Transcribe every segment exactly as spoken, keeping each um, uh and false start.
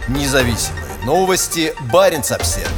Независимые новости. Баренц-Обсервер.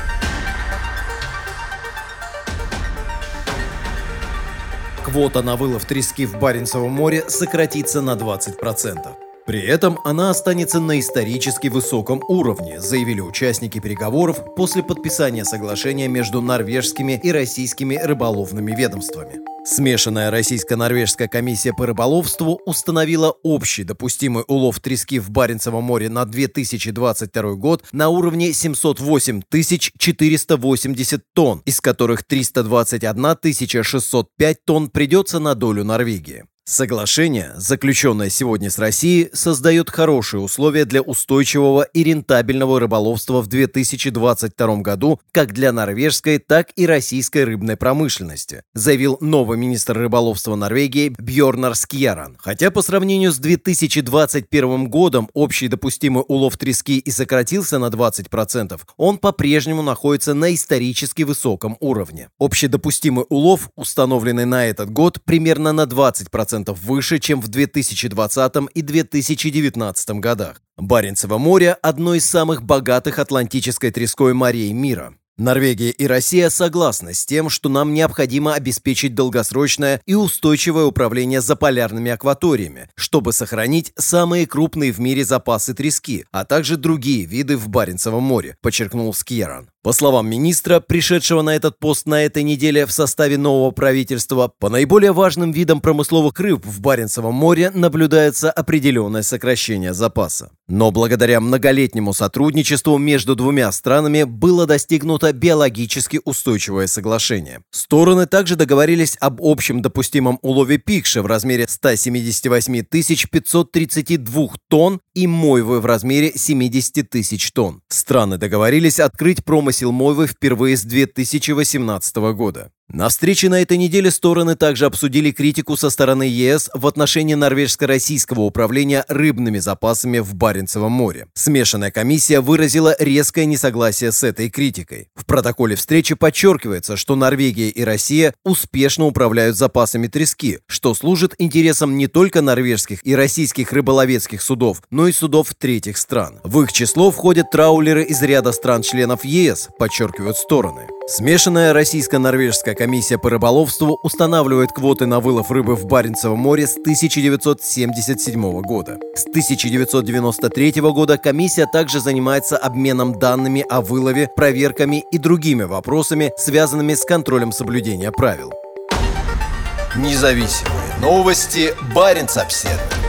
Квота на вылов трески в Баренцевом море сократится на двадцать процентов. При этом она останется на исторически высоком уровне, заявили участники переговоров после подписания соглашения между норвежскими и российскими рыболовными ведомствами. Смешанная российско-норвежская комиссия по рыболовству установила общий допустимый улов трески в Баренцевом море на две тысячи двадцать второй год на уровне семьсот восемь тысяч четыреста восемьдесят тонн, из которых триста двадцать одна тысяча шестьсот пять тонн придется на долю Норвегии. Соглашение, заключенное сегодня с Россией, создает хорошие условия для устойчивого и рентабельного рыболовства в две тысячи двадцать втором году как для норвежской, так и российской рыбной промышленности, заявил новый министр рыболовства Норвегии Бьорнар Скьяран. Хотя по сравнению с две тысячи двадцать первым годом общий допустимый улов трески и сократился на двадцать процентов, он по-прежнему находится на исторически высоком уровне. Общий допустимый улов, установленный на этот год, примерно на двадцать процентов выше, чем в две тысячи двадцатом и две тысячи девятнадцатом годах. Баренцево море – одно из самых богатых атлантической треской морей мира. Норвегия и Россия согласны с тем, что нам необходимо обеспечить долгосрочное и устойчивое управление заполярными акваториями, чтобы сохранить самые крупные в мире запасы трески, а также другие виды в Баренцевом море, подчеркнул Скьяран. По словам министра, пришедшего на этот пост на этой неделе в составе нового правительства, по наиболее важным видам промысловых рыб в Баренцевом море наблюдается определенное сокращение запаса. Но благодаря многолетнему сотрудничеству между двумя странами было достигнуто биологически устойчивое соглашение. Стороны также договорились об общем допустимом улове пикша в размере ста семидесяти восьми тысяч пятисот тридцати двух тонн и мойвы в размере семидесяти тысяч тонн. Страны договорились открыть промысел мойвы впервые с две тысячи восемнадцатого года. На встрече на этой неделе стороны также обсудили критику со стороны ЕС в отношении норвежско-российского управления рыбными запасами в Баренцевом море. Смешанная комиссия выразила резкое несогласие с этой критикой. В протоколе встречи подчеркивается, что Норвегия и Россия успешно управляют запасами трески, что служит интересам не только норвежских и российских рыболовецких судов, но и судов третьих стран. В их число входят траулеры из ряда стран-членов ЕС, подчеркивают стороны. Смешанная российско-норвежская комиссия по рыболовству устанавливает квоты на вылов рыбы в Баренцевом море с тысяча девятьсот семьдесят седьмого года. С тысяча девятьсот девяносто третьего года комиссия также занимается обменом данными о вылове, проверками и другими вопросами, связанными с контролем соблюдения правил. Независимые новости. Баренц-Обсервер.